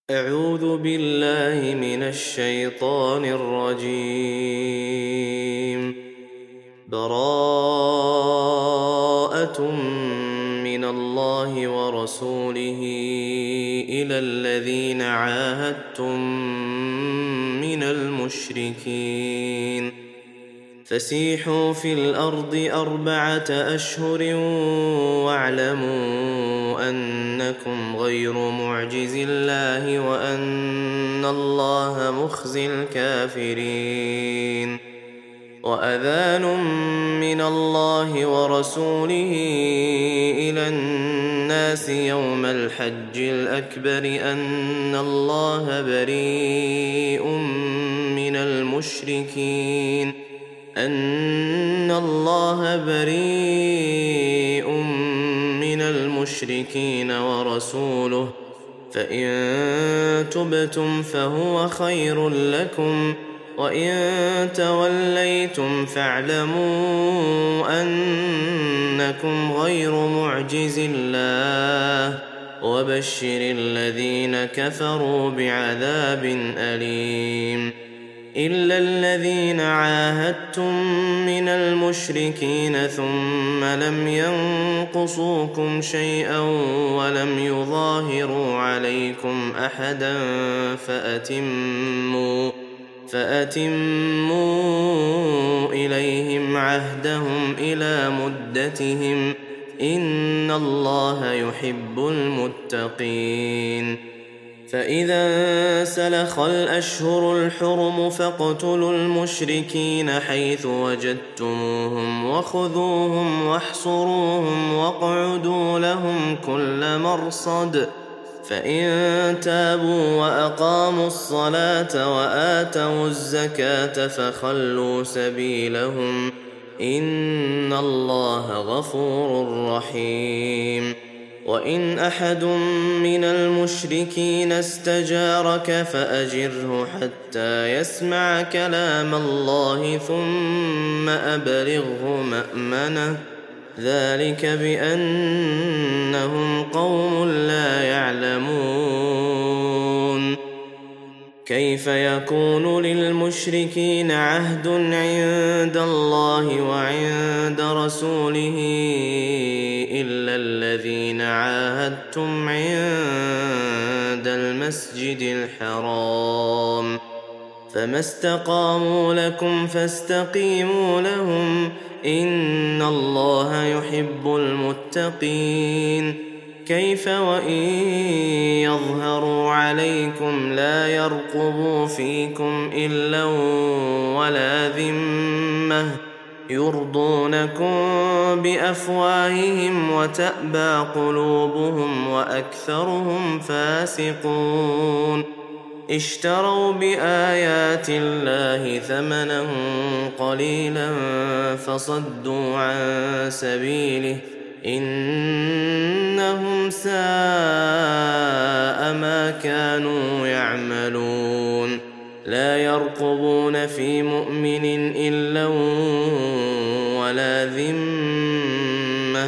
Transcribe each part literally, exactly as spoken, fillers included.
أعوذ بالله من الشيطان الرجيم. براءة من الله ورسوله إلى الذين عاهدتم من المشركين فسيحوا في الأرض أربعة أشهر واعلموا أنكم غير معجز الله وأن الله مخزي الكافرين. وأذان من الله ورسوله إلى الناس يوم الحج الأكبر أن الله بريء من المشركين أن الله بريء من المشركين ورسوله فإن تبتم فهو خير لكم وإن توليتم فاعلموا أنكم غير معجز الله وبشر الذين كفروا بعذاب أليم. إلا الذين عاهدتم من المشركين ثم لم ينقصوكم شيئا ولم يظاهروا عليكم أحدا فأتموا فأتموا إليهم عهدهم إلى مدتهم إن الله يحب المتقين. فإذا سلخ الأشهر الحرم فاقتلوا المشركين حيث وجدتموهم وخذوهم واحصروهم واقعدوا لهم كل مرصد فإن تابوا وأقاموا الصلاة وآتوا الزكاة فخلوا سبيلهم إن الله غفور رحيم. وإن أحد من المشركين استجارك فأجره حتى يسمع كلام الله ثم أبلغه مأمنه ذلك بأنهم قوم لا يعلمون. كيف يكون للمشركين عهد عند الله وعند رسوله إلا الذين عاهدتم عند المسجد الحرام فما استقاموا لكم فاستقيموا لهم إن الله يحب المتقين. كيف وإن يظهروا عليكم لا يرقبوا فيكم إلا ولا ذمة يرضونكم بأفواههم وتأبى قلوبهم وأكثرهم فاسقون. اشتروا بآيات الله ثمنا قليلا فصدوا عن سبيله إنهم ساء ما كانوا يعملون. لا يرقبون في مؤمن إلا ولا ذمة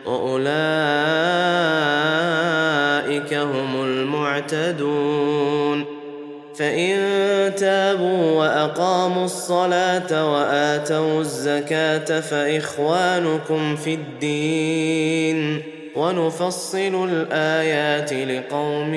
وأولئك هم المعتدون. فإن تابوا وأقاموا الصلاة وآتوا الزكاة فإخوانكم في الدين ونفصل الآيات لقوم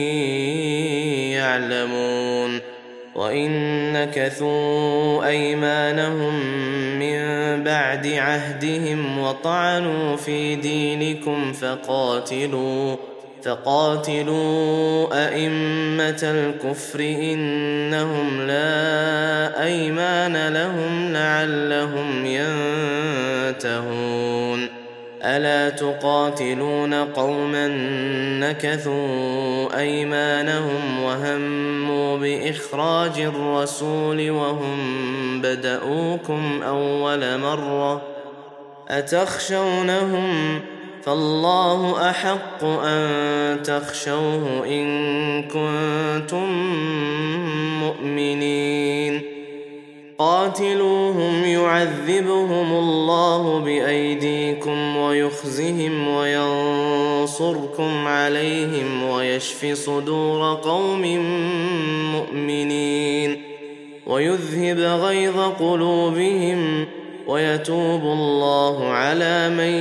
يعلمون. وإن نكثوا أيمانهم من بعد عهدهم وطعنوا في دينكم فقاتلوا فقاتلوا أئمة الكفر إنهم لا أيمان لهم لعلهم ينتهون. ألا تقاتلون قوما نكثوا أيمانهم وهموا بإخراج الرسول وهم بدؤوكم أول مرة أتخشونهم فالله أحق أن تخشوه إن كنتم مؤمنين. قاتلوهم يعذبهم الله بأيديكم ويخزهم وينصرهم ينصركم عليهم ويشف صدور قوم مؤمنين ويذهب غيظ قلوبهم ويتوب الله على من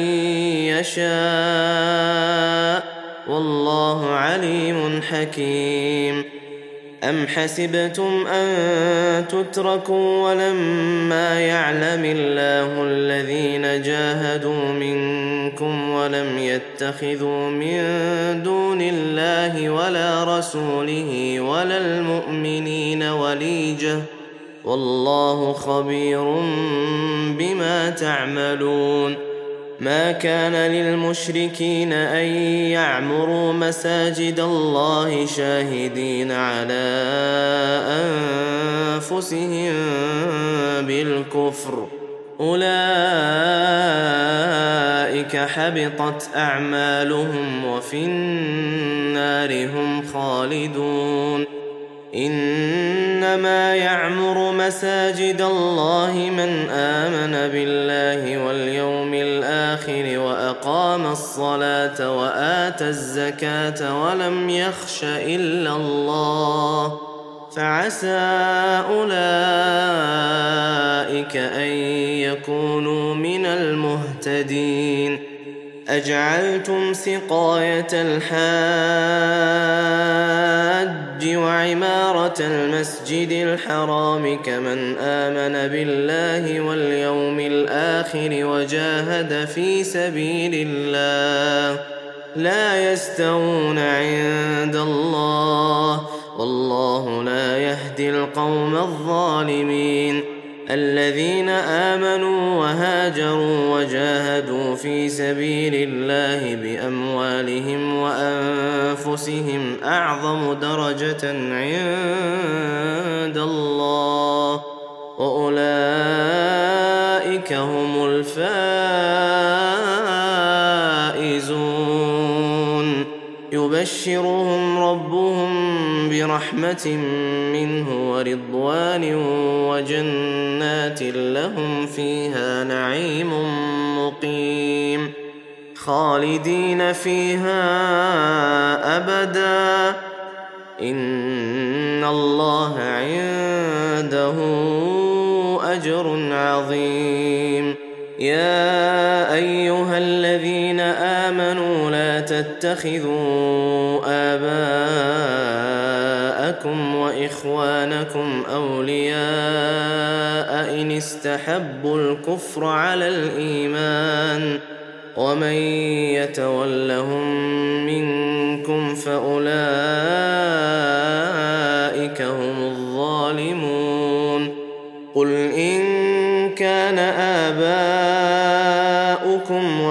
يشاء والله عليم حكيم. أم حسبتم أن تتركوا ولما يعلم الله الذين جاهدوا منكم ولم يتخذوا من دون الله ولا رسوله ولا المؤمنين وليجة والله خبير بما تعملون. ما كان للمشركين أن يعمروا مساجد الله شاهدين على أنفسهم بالكفر أولئك حبطت أعمالهم وفي النار هم خالدون. إنما يعمر مساجد الله من آمن بالله واليوم الآخر وأقام الصلاة وآتى الزكاة ولم يخش إلا الله فعسى أولئك أن يكونوا من المهتدين. أجعلتم سقاية الحاج وعمارة المسجد الحرام كمن آمن بالله واليوم الآخر وجاهد في سبيل الله لا يستوون عند الله والله لا يهدي القوم الظالمين. الذين آمنوا وهاجروا وجاهدوا في سبيل الله بأموالهم وأنفسهم أعظم درجة عند الله وأولئك هم الفائزون. يبشرهم ربهم برحمة منه ورضوان وجنات لهم فيها نعيم مقيم خالدين فيها أبدا إن الله عنده أجر عظيم. يا أيها الذين آمنوا لا تتخذوا آباءكم وإخوانكم أولياء إن استحبوا الكفر على الإيمان ومن يتولهم منكم فأولئك هم الظالمون. قل إن كان آباؤكم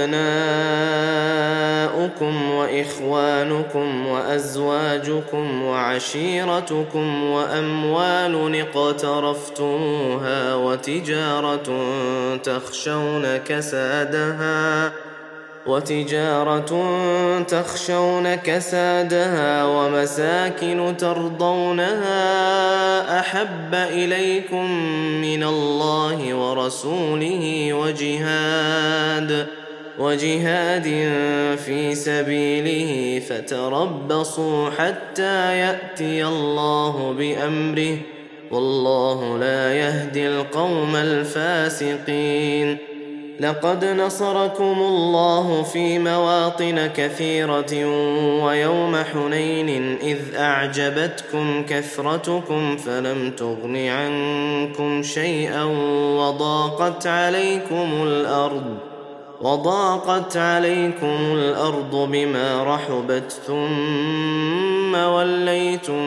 وأبناؤكم وإخوانكم وأزواجكم وعشيرتكم وأموال اقترفتموها وتجارة تخشون كسادها وتجارة تخشون كسادها ومساكن ترضونها أحب إليكم من الله ورسوله وجهاد وجهاد في سبيله فتربصوا حتى يأتي الله بأمره والله لا يهدي القوم الفاسقين. لقد نصركم الله في مواطن كثيرة ويوم حنين إذ أعجبتكم كثرتكم فلم تغن عنكم شيئا وضاقت عليكم الأرض وضاقت عليكم الأرض بما رحبت ثم وليتم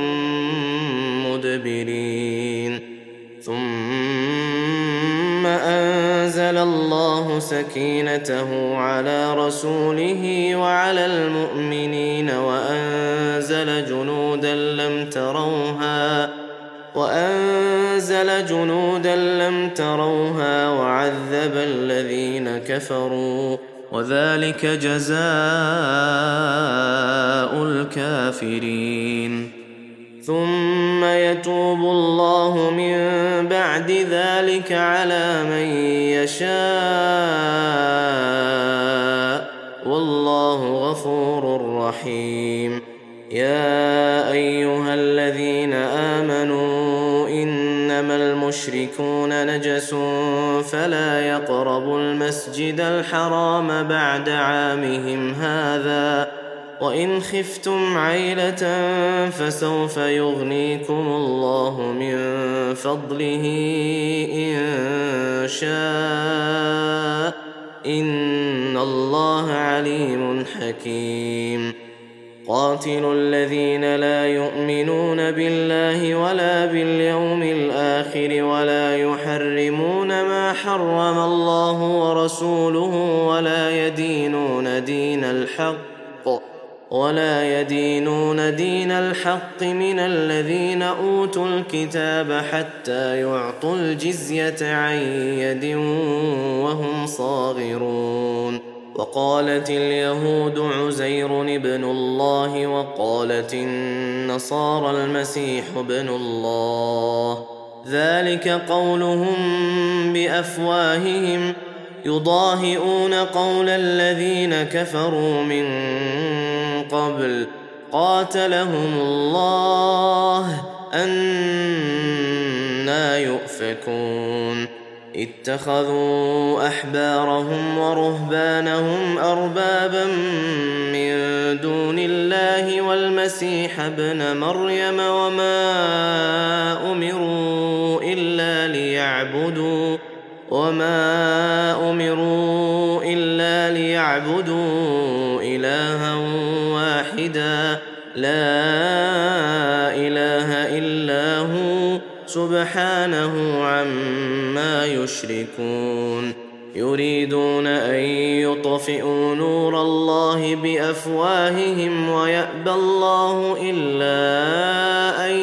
مدبرين. ثم أنزل الله سكينته على رسوله وعلى المؤمنين وأنزل جنودا لم تروها وأنزل جنودا لم تروها وعذب الذين كفروا وذلك جزاء الكافرين. ثم يتوب الله من بعد ذلك على من يشاء والله غفور الرحيم يا أيها الذين آمنوا إنما المشركون نجس فلا يقربوا المسجد الحرام بعد عامهم هذا وإن خفتم عيلة فسوف يغنيكم الله من فضله إن شاء إن الله عليم حكيم قاتلوا الذين لا يؤمنون بالله ولا باليوم الآخر ولا يحرمون ما حرم الله ورسوله ولا يدينون دين الحق ولا يدينون دين الحق من الذين أوتوا الكتاب حتى يعطوا الجزية عن يد وهم صاغرون وقالت اليهود عزير ابن الله وقالت النصارى المسيح ابن الله ذلك قولهم بأفواههم يضاهئون قول الذين كفروا من قبل قاتلهم الله أنى يؤفكون اتخذوا أحبارهم ورهبانهم أربابا من دون الله والمسيح ابن مريم وما أمروا إلا ليعبدوا وما أمروا إلا ليعبدوا إلها واحدا لا إله إلا هو سبحانه عما يشركون يريدون أن يطفئوا نور الله بأفواههم ويأبى الله إلا أن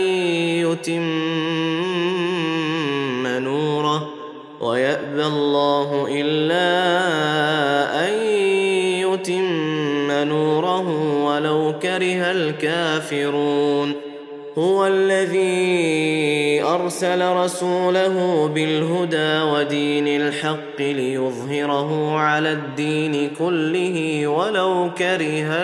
يتم نوره ويأبى الله إلا أن يتم نوره ولو كره الكافرون هو الذي أرسل رسوله بالهدى ودين الحق ليظهره على الدين كله ولو كره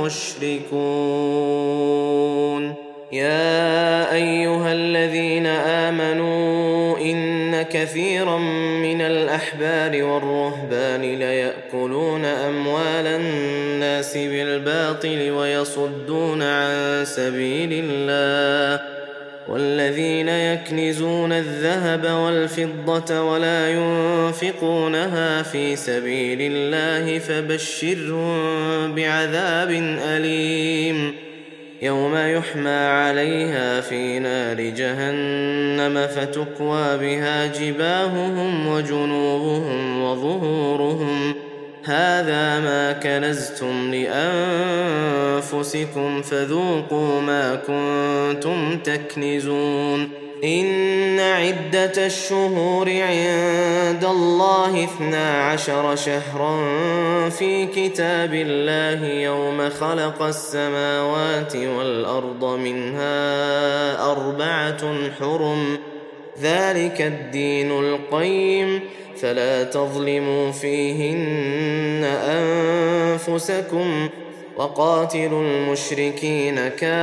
المشركون يا أيها الذين آمنوا إن كثيرا من الأحبار والرهبان ليأكلون أموال الناس بالباطل ويصدون عن سبيل الله والذين يكنزون الذهب والفضة ولا ينفقونها في سبيل الله فبشرهم بعذاب أليم يوم يحمى عليها في نار جهنم فتكوى بها جباههم وجنوبهم وظهورهم هذا ما كنزتم لأنفسكم فذوقوا ما كنتم تكنزون إن عدة الشهور عند الله اثنا عشر شهرا في كتاب الله يوم خلق السماوات والأرض منها أربعة حرم ذلك الدين القيم فلا تظلموا فيهن أنفسكم وقاتلوا المشركين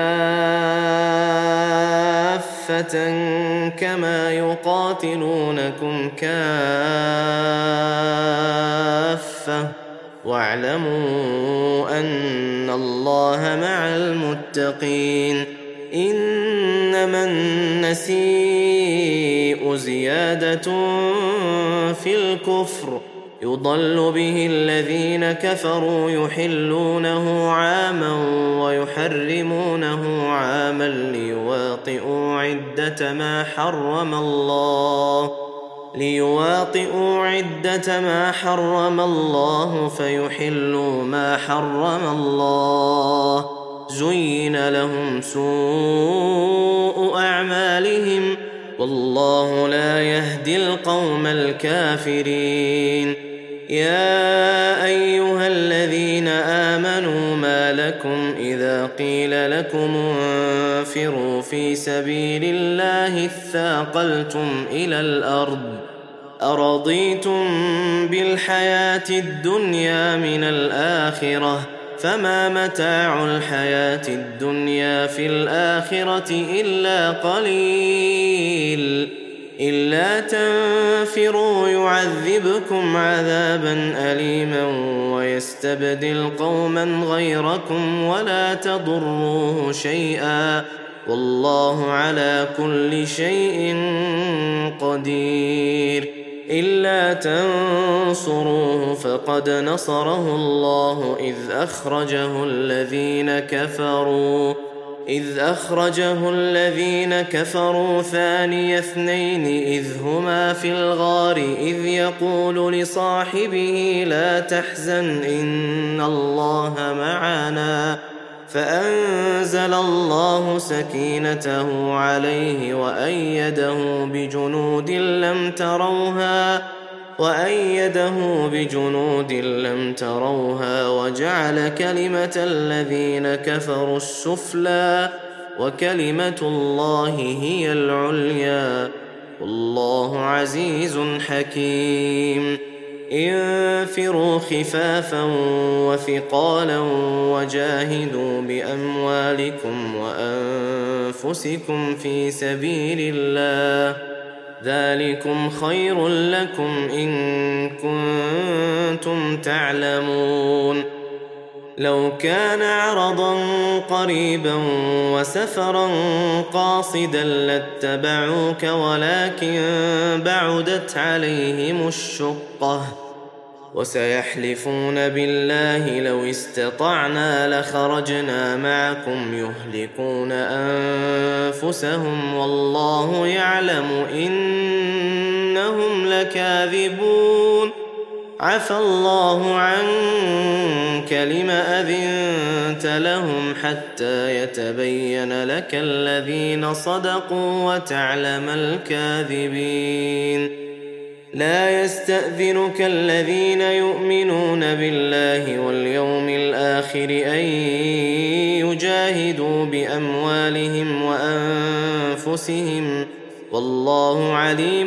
كافة كما يقاتلونكم كافة واعلموا أن الله مع المتقين إنما النسيء زيادة في الكفر يضل به الذين كفروا يحلونه عاما ويحرمونه عاما ليواطئوا عدة ما حرم الله ليواطئوا عدة ما حرم الله فيحلوا ما حرم الله زين لهم سوء أعمالهم والله لا يهدي القوم الكافرين يا أيها الذين آمنوا ما لكم إذا قيل لكم انفروا في سبيل الله اثاقلتم إلى الأرض أرضيتم بالحياة الدنيا من الآخرة فما متاع الحياة الدنيا في الآخرة إلا قليل إلا تنفروا يعذبكم عذابا أليما ويستبدل قوما غيركم ولا تضروه شيئا والله على كل شيء قدير إلا تنصروه فقد نصره الله إذ أخرجه الذين كفروا إذ أخرجه الذين كفروا ثاني اثنين إذ هما في الغار إذ يقول لصاحبه لا تحزن إن الله معنا فأنزل الله سكينته عليه وأيده بجنود لم تروها وأيده بجنود لم تروها وجعل كلمة الذين كفروا السفلى وكلمة الله هي العليا والله عزيز حكيم انفروا خفافا وثقالا وجاهدوا بأموالكم وأنفسكم في سبيل الله ذلكم خير لكم إن كنتم تعلمون لو كان عرضا قريبا وسفرا قاصدا لاتبعوك ولكن بعدت عليهم الشقة وسيحلفون بالله لو استطعنا لخرجنا معكم يهلكون أنفسهم والله يعلم إنهم لكاذبون عفى الله عنك لم أذنت لهم حتى يتبين لك الذين صدقوا وتعلم الكاذبين لا يستأذنك الذين يؤمنون بالله واليوم الآخر أن يجاهدوا بأموالهم وأنفسهم والله عليم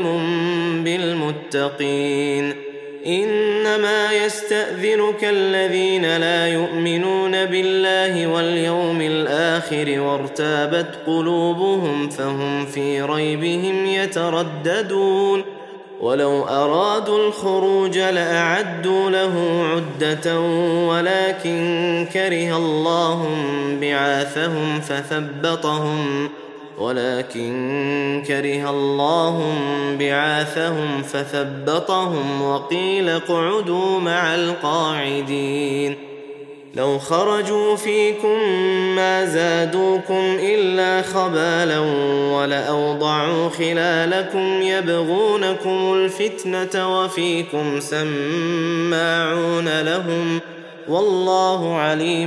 بالمتقين إنما يستأذنك الذين لا يؤمنون بالله واليوم الآخر وارتابت قلوبهم فهم في ريبهم يترددون ولو أرادوا الخروج لأعدوا له عدة ولكن كره الله بعاثهم فثبطهم ولكن كره الله بعاثهم فثبطهم وقيل اقعدوا مع القاعدين لو خرجوا فيكم ما زادوكم إلا خبالا ولأوضعوا خلالكم يبغونكم الفتنة وفيكم سماعون لهم والله عليم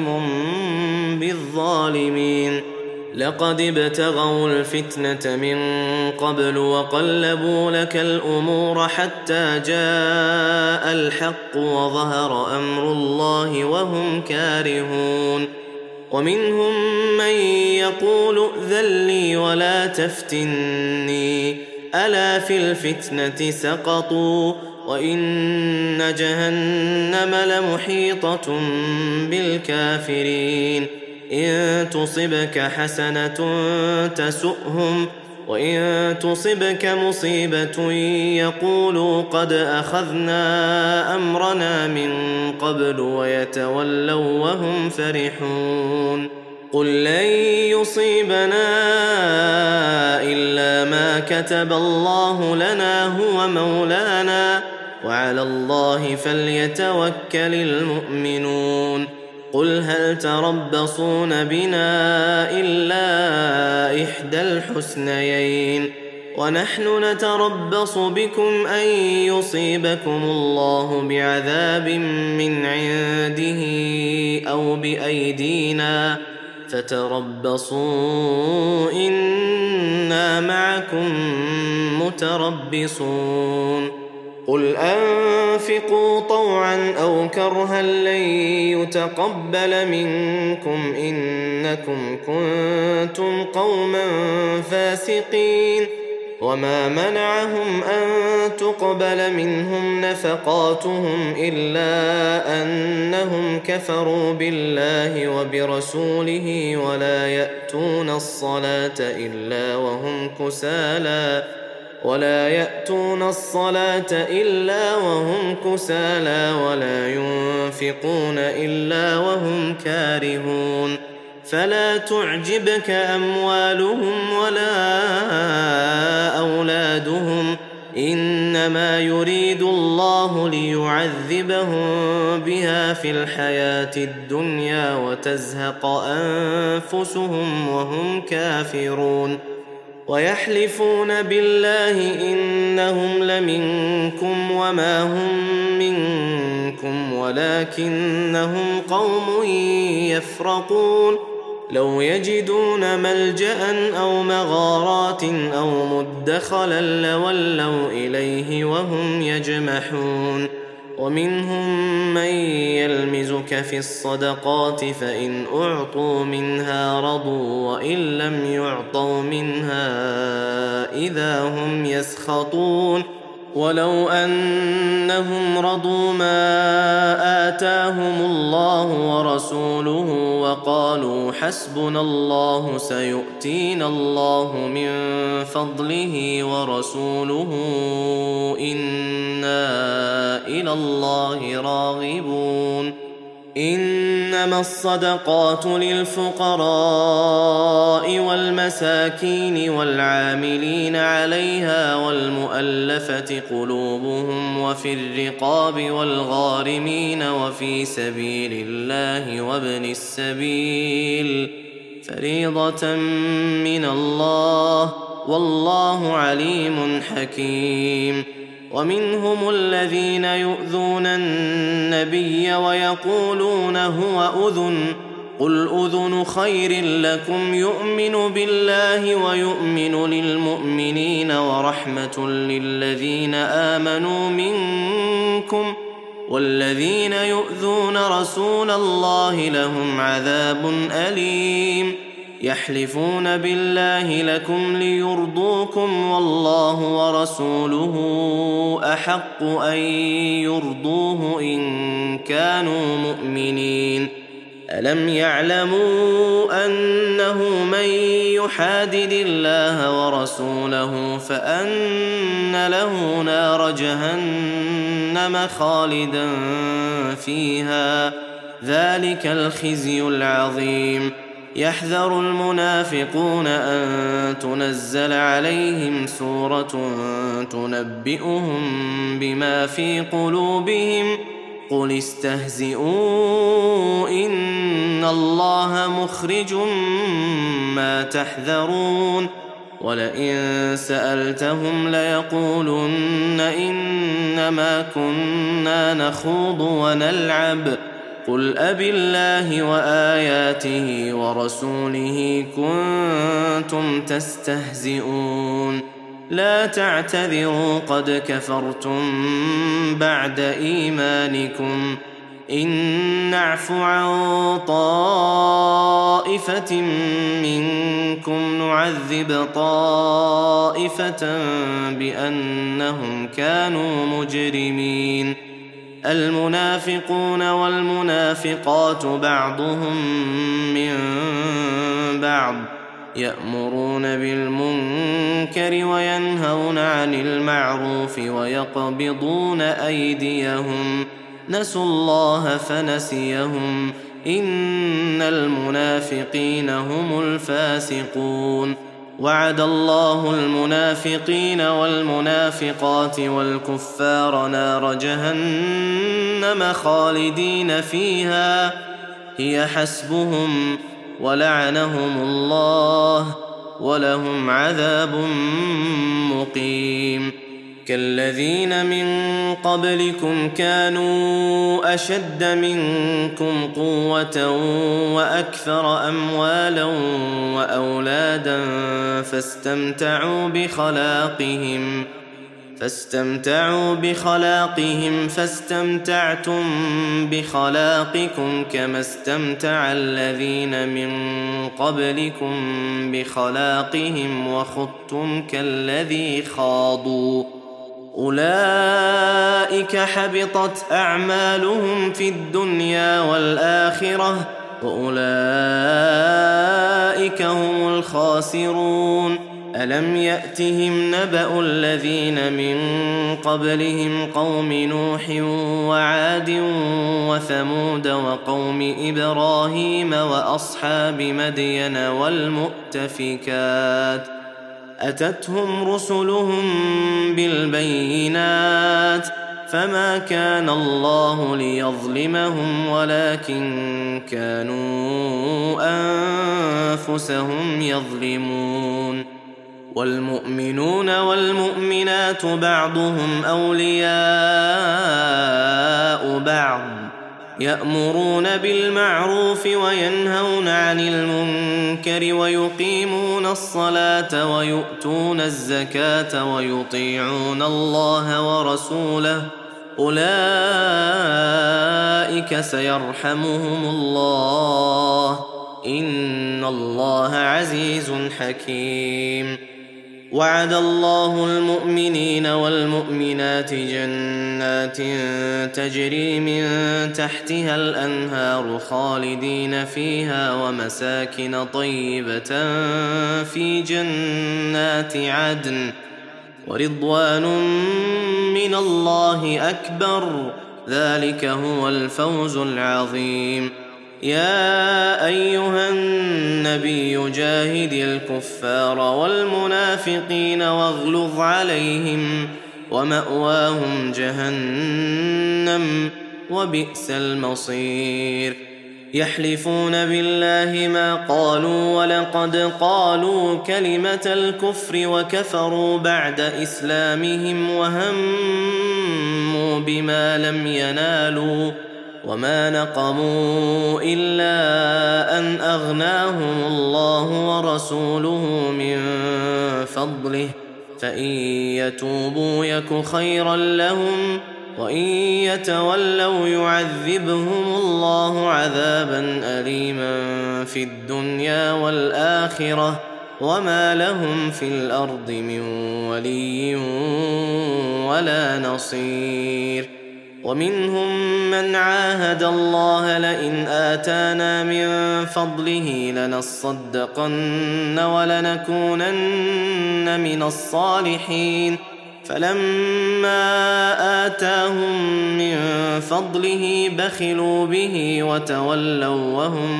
بالظالمين لقد ابتغوا الفتنة من قبل وقلبوا لك الأمور حتى جاء الحق وظهر أمر الله وهم كارهون ومنهم من يقول ائذن لي ولا تفتني ألا في الفتنة سقطوا وإن جهنم لمحيطة بالكافرين إن تصبك حسنة تسؤهم وإن تصبك مصيبة يقولوا قد أخذنا أمرنا من قبل ويتولوا وهم فرحون قل لن يصيبنا إلا ما كتب الله لنا هو مولانا وعلى الله فليتوكل المؤمنون قل هل تربصون بنا إلا إحدى الحسنيين ونحن نتربص بكم أن يصيبكم الله بعذاب من عنده أو بأيدينا فتربصوا إنا معكم متربصون قل أنفقوا طوعا أو كرها لن يتقبل منكم إنكم كنتم قوما فاسقين وما منعهم أن تقبل منهم نفقاتهم إلا أنهم كفروا بالله وبرسوله ولا يأتون الصلاة إلا وهم كسالى ولا يأتون الصلاة إلا وهم كسالى ولا ينفقون إلا وهم كارهون فلا تعجبك أموالهم ولا أولادهم إنما يريد الله ليعذبهم بها في الحياة الدنيا وتزهق أنفسهم وهم كافرون ويحلفون بالله إنهم لمنكم وما هم منكم ولكنهم قوم يفرقون لو يجدون ملجأ أو مغارات أو مدخلا لولوا إليه وهم يجمحون ومنهم من يلمزك في الصدقات فإن أعطوا منها رضوا وإن لم يعطوا منها إذا هم يسخطون ولو أنهم رضوا ما آتاهم الله ورسوله وقالوا حسبنا الله سيؤتينا الله من فضله ورسوله إنا إلى الله راغبون إنما الصدقات للفقراء والمساكين والعاملين عليها والمؤلفة قلوبهم وفي الرقاب والغارمين وفي سبيل الله وابن السبيل فريضة من الله والله عليم حكيم ومنهم الذين يؤذون النبي ويقولون هو أذن قل أذن خير لكم يؤمن بالله ويؤمن للمؤمنين ورحمة للذين آمنوا منكم والذين يؤذون رسول الله لهم عذاب أليم يحلفون بالله لكم ليرضوكم والله ورسوله أحق أن يرضوه إن كانوا مؤمنين ألم يعلموا أنه من يحادد الله ورسوله فأن له نار جهنم خالدا فيها ذلك الخزي العظيم يحذر المنافقون أن تنزل عليهم سورة تنبئهم بما في قلوبهم قل استهزئوا إن الله مخرج ما تحذرون ولئن سألتهم ليقولن إنما كنا نخوض ونلعب قل أبالله وآياته ورسوله كنتم تستهزئون لا تعتذروا قد كفرتم بعد إيمانكم إن نعف عن طائفة منكم نعذب طائفة بأنهم كانوا مجرمين المنافقون والمنافقات بعضهم من بعض يأمرون بالمنكر وينهون عن المعروف ويقبضون أيديهم نسوا الله فنسيهم إن المنافقين هم الفاسقون وعد الله المنافقين والمنافقات والكفار نار جهنم خالدين فيها هي حسبهم ولعنهم الله ولهم عذاب مقيم كالذين من قبلكم كانوا أشد منكم قوة وأكثر أموالا وأولادا فاستمتعوا بخلاقهم فاستمتعوا بخلاقهم فاستمتعتم بخلاقكم كما استمتع الذين من قبلكم بخلاقهم وخضتم كالذي خاضوا أولئك حبطت أعمالهم في الدنيا والآخرة وأولئك هم الخاسرون ألم يأتهم نبأ الذين من قبلهم قوم نوح وعاد وثمود وقوم إبراهيم وأصحاب مدين والمؤتفكات أتتهم رسلهم بالبينات فما كان الله ليظلمهم ولكن كانوا أنفسهم يظلمون والمؤمنون والمؤمنات بعضهم أولياء بعض يأمرون بالمعروف وينهون عن المنكر ويقيمون الصلاة ويؤتون الزكاة ويطيعون الله ورسوله أولئك سيرحمهم الله إن الله عزيز حكيم وعد الله المؤمنين والمؤمنات جنات تجري من تحتها الأنهار خالدين فيها ومساكن طيبة في جنات عدن ورضوان من الله أكبر ذلك هو الفوز العظيم يا أيها النبي جاهد الكفار والمنافقين واغلظ عليهم ومأواهم جهنم وبئس المصير يحلفون بالله ما قالوا ولقد قالوا كلمة الكفر وكفروا بعد إسلامهم وهموا بما لم ينالوا وما نقموا إلا أن أغناهم الله ورسوله من فضله فإن يتوبوا يك خيرا لهم وإن يتولوا يعذبهم الله عذابا أليما في الدنيا والآخرة وما لهم في الأرض من ولي ولا نصير ومنهم من عاهد الله لئن آتانا من فضله لنصدقن ولنكونن من الصالحين فلما آتاهم من فضله بخلوا به وتولوا وهم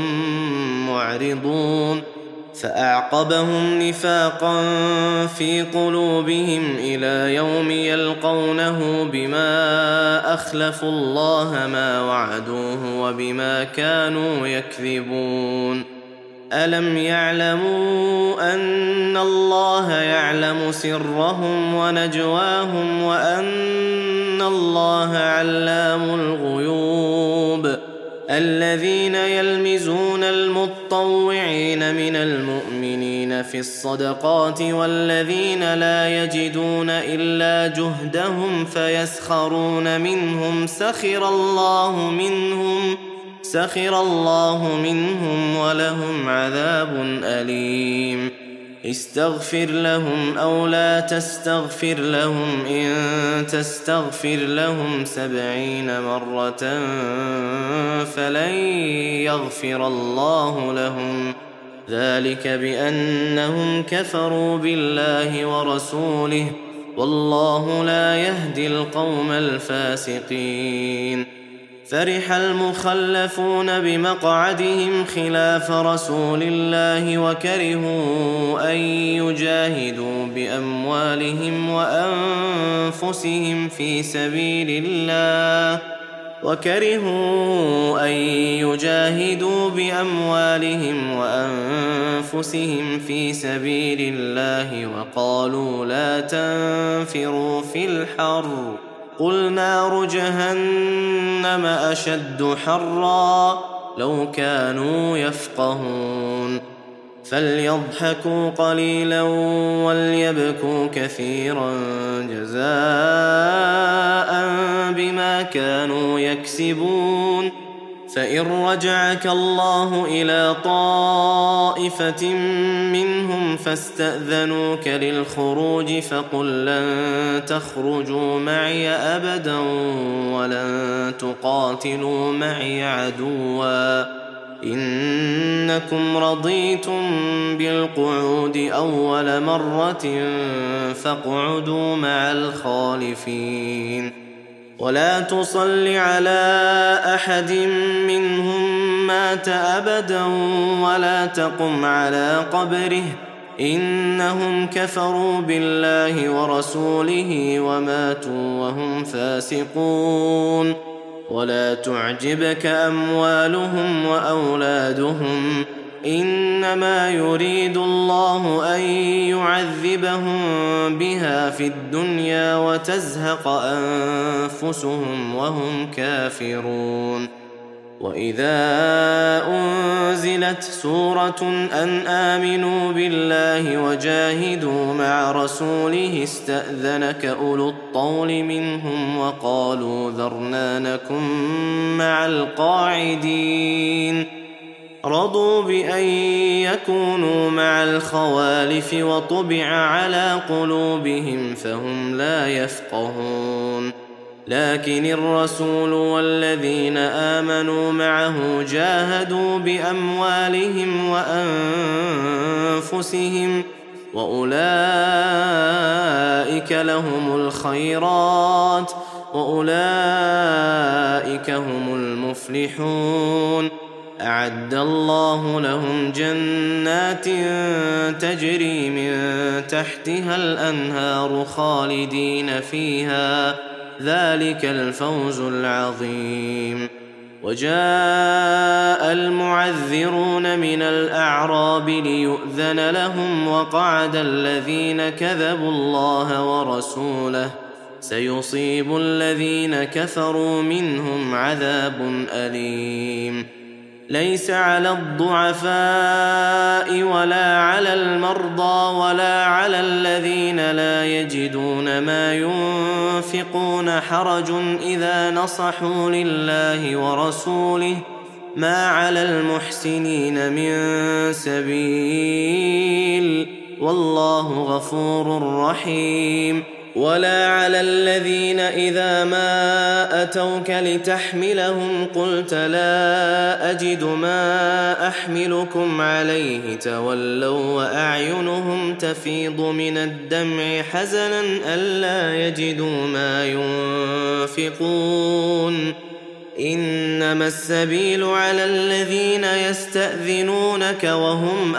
معرضون فأعقبهم نفاقا في قلوبهم إلى يوم يلقونه بما أخلفوا الله ما وعدوه وبما كانوا يكذبون ألم يعلموا أن الله يعلم سرهم ونجواهم وأن الله علام الغيوب الذين يلمزون المطوعين من المؤمنين في الصدقات والذين لا يجدون إلا جهدهم فيسخرون منهم سخر الله منهم سخر الله منهم ولهم عذاب أليم استغفر لهم أو لا تستغفر لهم إن تستغفر لهم سبعين مرة فلن يغفر الله لهم ذلك بأنهم كفروا بالله ورسوله والله لا يهدي القوم الفاسقين فرح المخلفون بمقعدهم خلاف رسول الله وكرهوا أن يجاهدوا بأموالهم وأنفسهم في سبيل الله وكرهوا أن يجاهدوا بأموالهم وأنفسهم في سبيل الله وقالوا لا تنفروا في الحر قل نار جهنم أشد حرا لو كانوا يفقهون فليضحكوا قليلا وليبكوا كثيرا جزاء بما كانوا يكسبون. فإن رجعك الله إلى طائفة منهم فاستأذنوك للخروج فقل لن تخرجوا معي أبدا ولن تقاتلوا معي عدوا إنكم رضيتم بالقعود أول مرة فاقعدوا مع الخالفين. ولا تصل على أحد منهم مات أبدا ولا تقم على قبره إنهم كفروا بالله ورسوله وماتوا وهم فاسقون. ولا تعجبك أموالهم وأولادهم إنما يريد الله أن يعذبهم بها في الدنيا وتزهق أنفسهم وهم كافرون. وإذا أنزلت سورة أن آمنوا بالله وجاهدوا مع رسوله استأذنك أولو الطول منهم وقالوا ذرنا نكن مع القاعدين. رضوا بأن يكونوا مع الخوالف وطبع على قلوبهم فهم لا يفقهون. لكن الرسول والذين آمنوا معه جاهدوا بأموالهم وأنفسهم وأولئك لهم الخيرات وأولئك هم المفلحون. أعد الله لهم جنات تجري من تحتها الأنهار خالدين فيها ذلك الفوز العظيم. وجاء المعذرون من الأعراب ليؤذن لهم وقعد الذين كذبوا الله ورسوله سيصيب الذين كفروا منهم عذاب أليم. ليس على الضعفاء ولا على المرضى ولا على الذين لا يجدون ما ينفقون حرج إذا نصحوا لله ورسوله ما على المحسنين من سبيل والله غفور رحيم. ولا على الذين إذا ما أتوك لتحملهم قلت لا أجد ما أحملكم عليه تولوا وأعينهم تفيض من الدمع حزنا ألا يجدوا ما ينفقون. إنما السبيل على الذين يستأذنونك وهم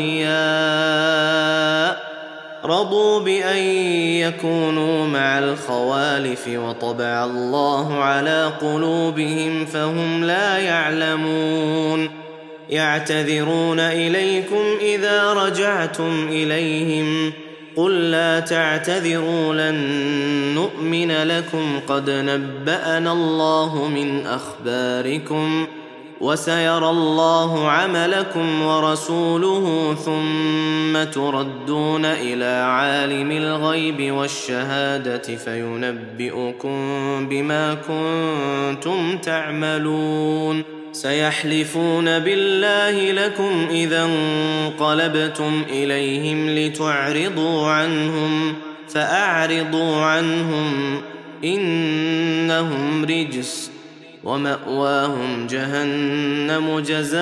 أغنياء رضوا بأن يكونوا مع الخوالف وطبع الله على قلوبهم فهم لا يعلمون. يعتذرون إليكم إذا رجعتم إليهم قل لا تعتذروا لن نؤمن لكم قد نبأنا الله من أخباركم وسيرى الله عملكم ورسوله ثم تردون إلى عالم الغيب والشهادة فينبئكم بما كنتم تعملون. سيحلفون بالله لكم إذا انقلبتم إليهم لتعرضوا عنهم فأعرضوا عنهم إنهم رجس ومأواهم جهنم جزاء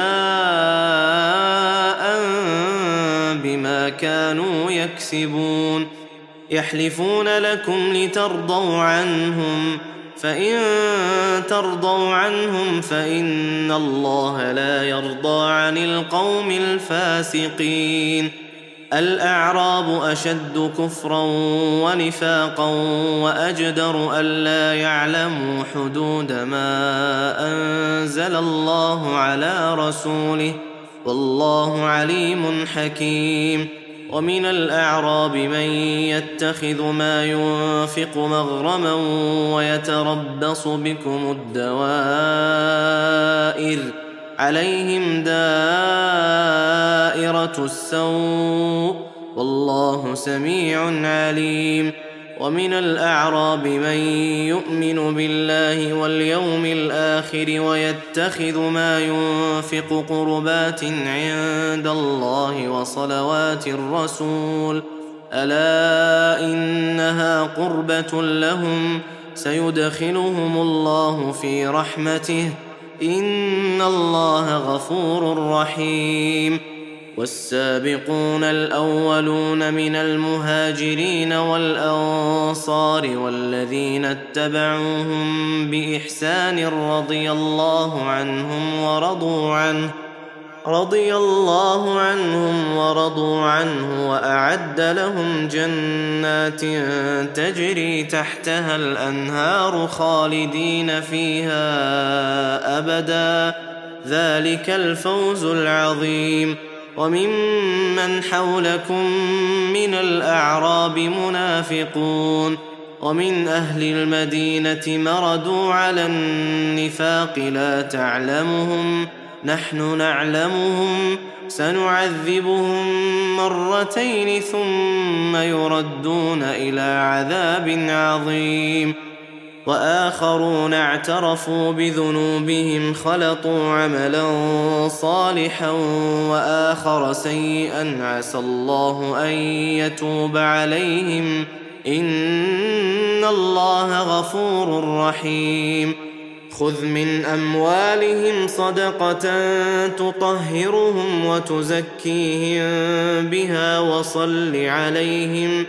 بما كانوا يكسبون. يحلفون لكم لترضوا عنهم فإن ترضوا عنهم فإن الله لا يرضى عن القوم الفاسقين. الأعراب أشد كفرا ونفاقا وأجدر ألا يعلموا حدود ما أنزل الله على رسوله والله عليم حكيم. ومن الأعراب من يتخذ ما ينفق مغرما ويتربص بكم الدوائر عليهم دائرة السوء والله سميع عليم. ومن الأعراب من يؤمن بالله واليوم الآخر ويتخذ ما ينفق قربات عند الله وصلوات الرسول ألا إنها قربة لهم سيدخلهم الله في رحمته إن الله غفور رحيم. والسابقون الأولون من المهاجرين والأنصار والذين اتبعوهم بإحسان رضي الله عنهم ورضوا عنه رضي الله عنهم ورضوا عنه وأعد لهم جنات تجري تحتها الأنهار خالدين فيها أبدا ذلك الفوز العظيم. وممن حولكم من الأعراب منافقون ومن أهل المدينة مردوا على النفاق لا تعلمهم نحن نعلمهم سنعذبهم مرتين ثم يردون إلى عذاب عظيم. وآخرون اعترفوا بذنوبهم خلطوا عملا صالحا وآخر سيئا عسى الله أن يتوب عليهم إن الله غفور رحيم. خذ من أموالهم صدقة تطهرهم وتزكيهم بها وصل عليهم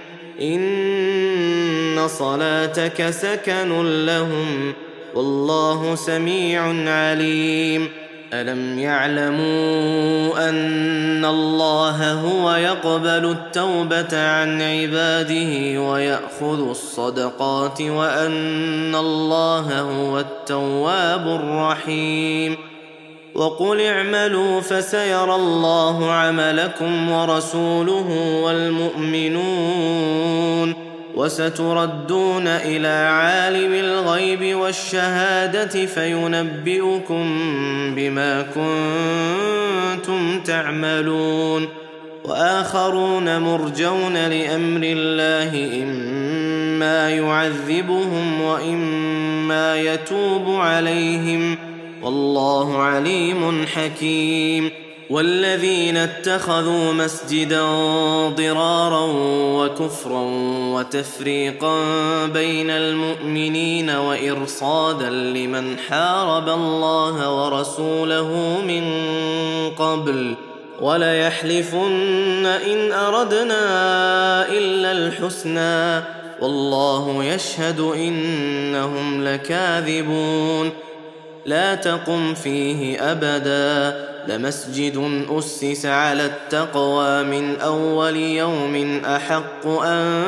إن صلاتك سكن لهم والله سميع عليم. ألم يعلموا أن الله هو يقبل التوبة عن عباده ويأخذ الصدقات وأن الله هو التواب الرحيم. وقل اعملوا فسيرى الله عملكم ورسوله والمؤمنون وستردون إلى عالم الغيب والشهادة فينبئكم بما كنتم تعملون. وآخرون مرجون لأمر الله إما يعذبهم وإما يتوب عليهم والله عليم حكيم. والذين اتخذوا مسجدا ضرارا وكفرا وتفريقا بين المؤمنين وإرصادا لمن حارب الله ورسوله من قبل وليحلفن إن أردنا إلا الحسنى والله يشهد إنهم لكاذبون. لا تقم فيه أبدا لمسجد أسس على التقوى من أول يوم أحق أن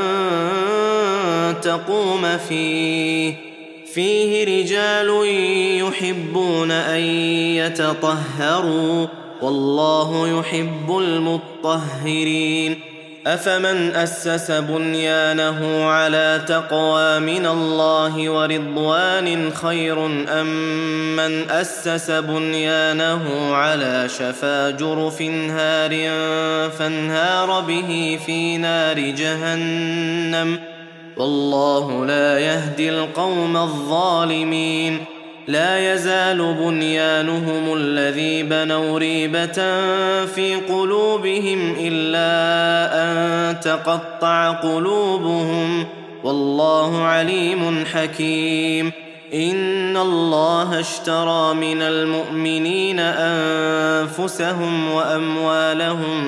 تقوم فيه فيه رجال يحبون أن يتطهروا والله يحب المطهرين. أفمن أسس بنيانه على تقوى من الله ورضوان خير أم من أسس بنيانه على شفا جرف هار فانهار به في نار جهنم والله لا يهدي القوم الظالمين. لا يزال بنيانهم الذي بنوا ريبة في قلوبهم إلا أن تقطع قلوبهم والله عليم حكيم. إن الله اشترى من المؤمنين أنفسهم وأموالهم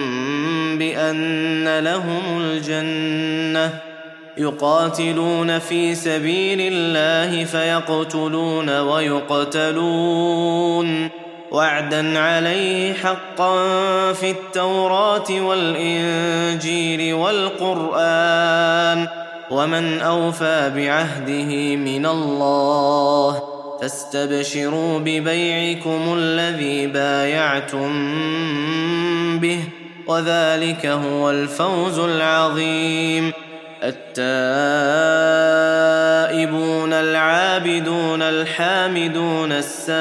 بأن لهم الجنة يقاتلون في سبيل الله فيقتلون ويقتلون وعدا عليه حقا في التوراة والإنجيل والقرآن ومن أوفى بعهده من الله فاستبشروا ببيعكم الذي بايعتم به وذلك هو الفوز العظيم. التائب التائبون العابدون الحامدون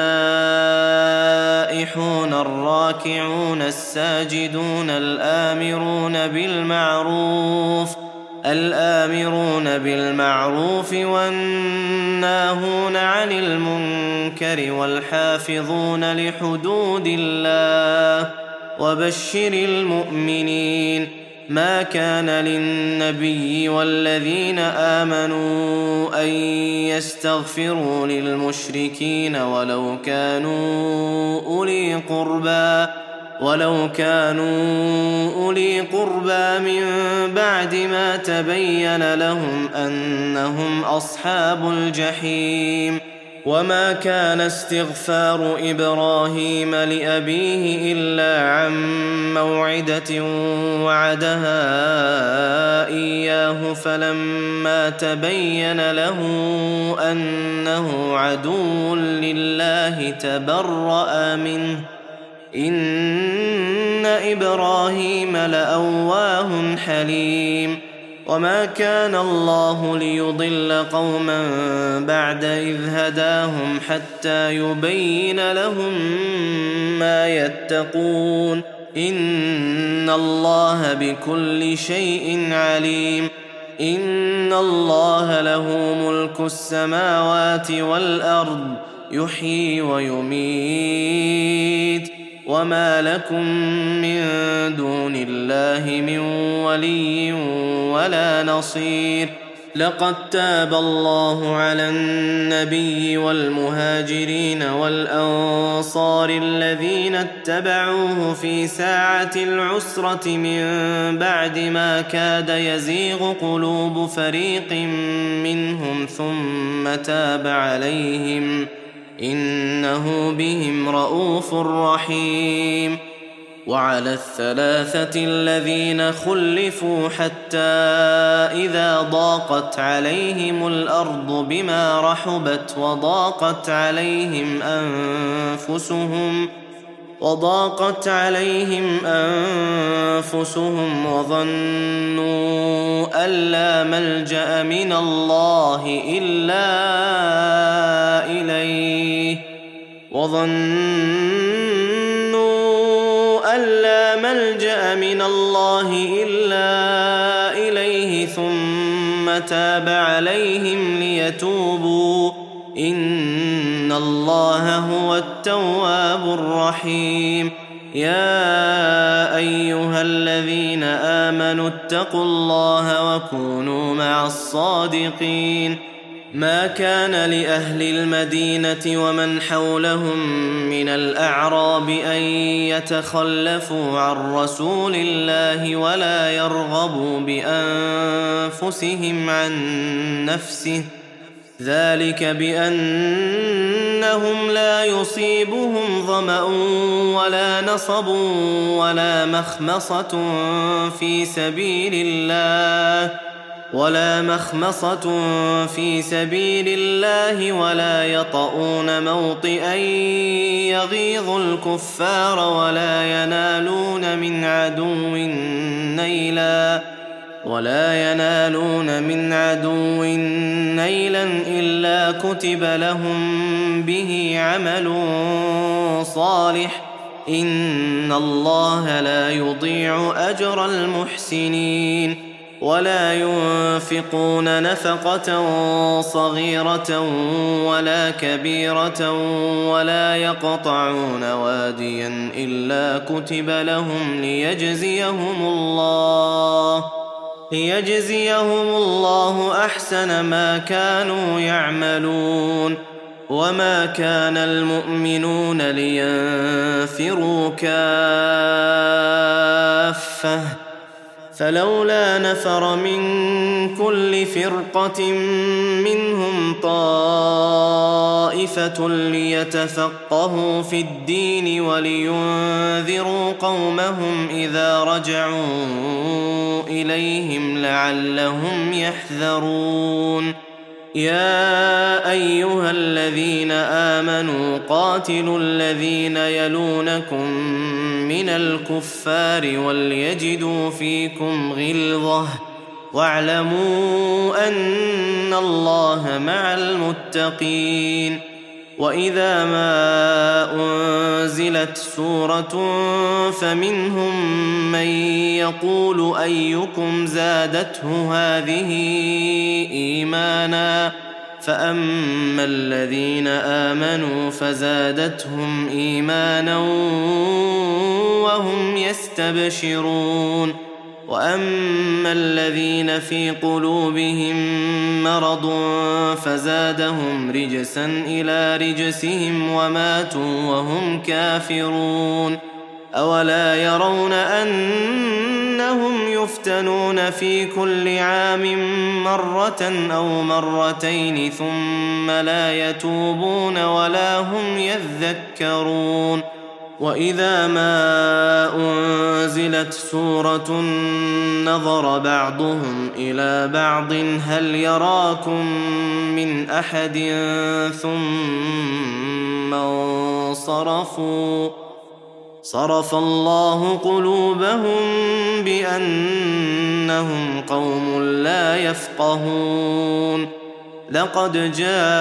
السائحون الراكعون الساجدون الآمرون بالمعروف الآمرون بالمعروف والناهون عن المنكر والحافظون لحدود الله وبشر المؤمنين. ما كان للنبي والذين آمنوا أن يستغفروا للمشركين ولو كانوا أولي قربى ولو كانوا أولي قربى من بعد ما تبين لهم أنهم أصحاب الجحيم. وما كان استغفار إبراهيم لأبيه إلا عن موعدة وعدها إياه فلما تبين له أنه عدو لله تبرأ منه إن إبراهيم لأواه حليم. وما كان الله ليضل قوما بعد إذ هداهم حتى يبين لهم ما يتقون إن الله بكل شيء عليم. إن الله له ملك السماوات والأرض يحيي ويميت وما لكم من دون الله من ولي ولا نصير. لقد تاب الله على النبي والمهاجرين والأنصار الذين اتبعوه في ساعة العسرة من بعد ما كاد يزيغ قلوب فريق منهم ثم تاب عليهم إنه بهم رءوف رحيم. وعلى الثلاثة الذين خلفوا حتى إذا ضاقت عليهم الأرض بما رحبت وضاقت عليهم أنفسهم وضاقت عليهم أنفسهم وظنوا أن لا ملجأ من الله إلا إليه وظنوا أن لا ملجأ من الله إلا إليه ثم تاب عليهم ليتوبوا إن الله هو التواب الرحيم. يا أيها الذين آمنوا اتقوا الله وكونوا مع الصادقين. ما كان لأهل المدينة ومن حولهم من الأعراب أن يتخلفوا عن رسول الله ولا يرغبوا بأنفسهم عن نفسه ذلك بأنهم لا يصيبهم ظمأ ولا نصب ولا مخمصة في سبيل الله ولا مخمصة في سبيل الله ولا يطؤون موطئا يغيظ الكفار ولا ينالون من عدو نيلا ولا ينالون من عدو نيلا إلا كتب لهم به عمل صالح إن الله لا يضيع أجر المحسنين. ولا ينفقون نفقة صغيرة ولا كبيرة ولا يقطعون واديا إلا كتب لهم ليجزيهم الله ليجزيهم الله أحسن ما كانوا يعملون. وما كان المؤمنون لينفروا كافة فلولا نفر من كل فرقة منهم طائفة ليتفقهوا في الدين ولينذروا قومهم إذا رجعوا إليهم لعلهم يحذرون. يا أيها الذين آمنوا قاتلوا الذين يلونكم من الكفار وليجدوا فيكم غلظة واعلموا أن الله مع المتقين. وإذا ما أنزلت سورة فمنهم من يقول أيكم زادته هذه إيمانا فأما الذين آمنوا فزادتهم إيمانا وهم يستبشرون. وأما الذين في قلوبهم مرض فزادهم رجسا إلى رجسهم وماتوا وهم كافرون. أولا يرون أنهم يفتنون في كل عام مرة أو مرتين ثم لا يتوبون ولا هم يذكرون. وإذا ما أنزلت سورة نظر بعضهم إلى بعض هل يراكم من أحد ثم انصرفوا صرف الله قلوبهم بأنهم قوم لا يفقهون. لقد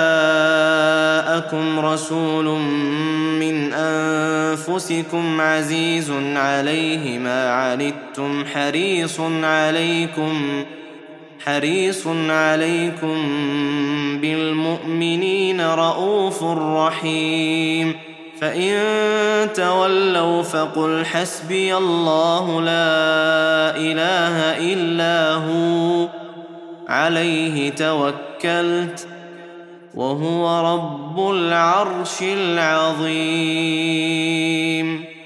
جاءكم رسول من أنفسكم عزيز عليه ما عنتم حريص عليكم حريص عليكم بالمؤمنين رؤوف رحيم. فإن تولوا فقل حسبي الله لا إله إلا هو عليه توكلت وهو رب العرش العظيم.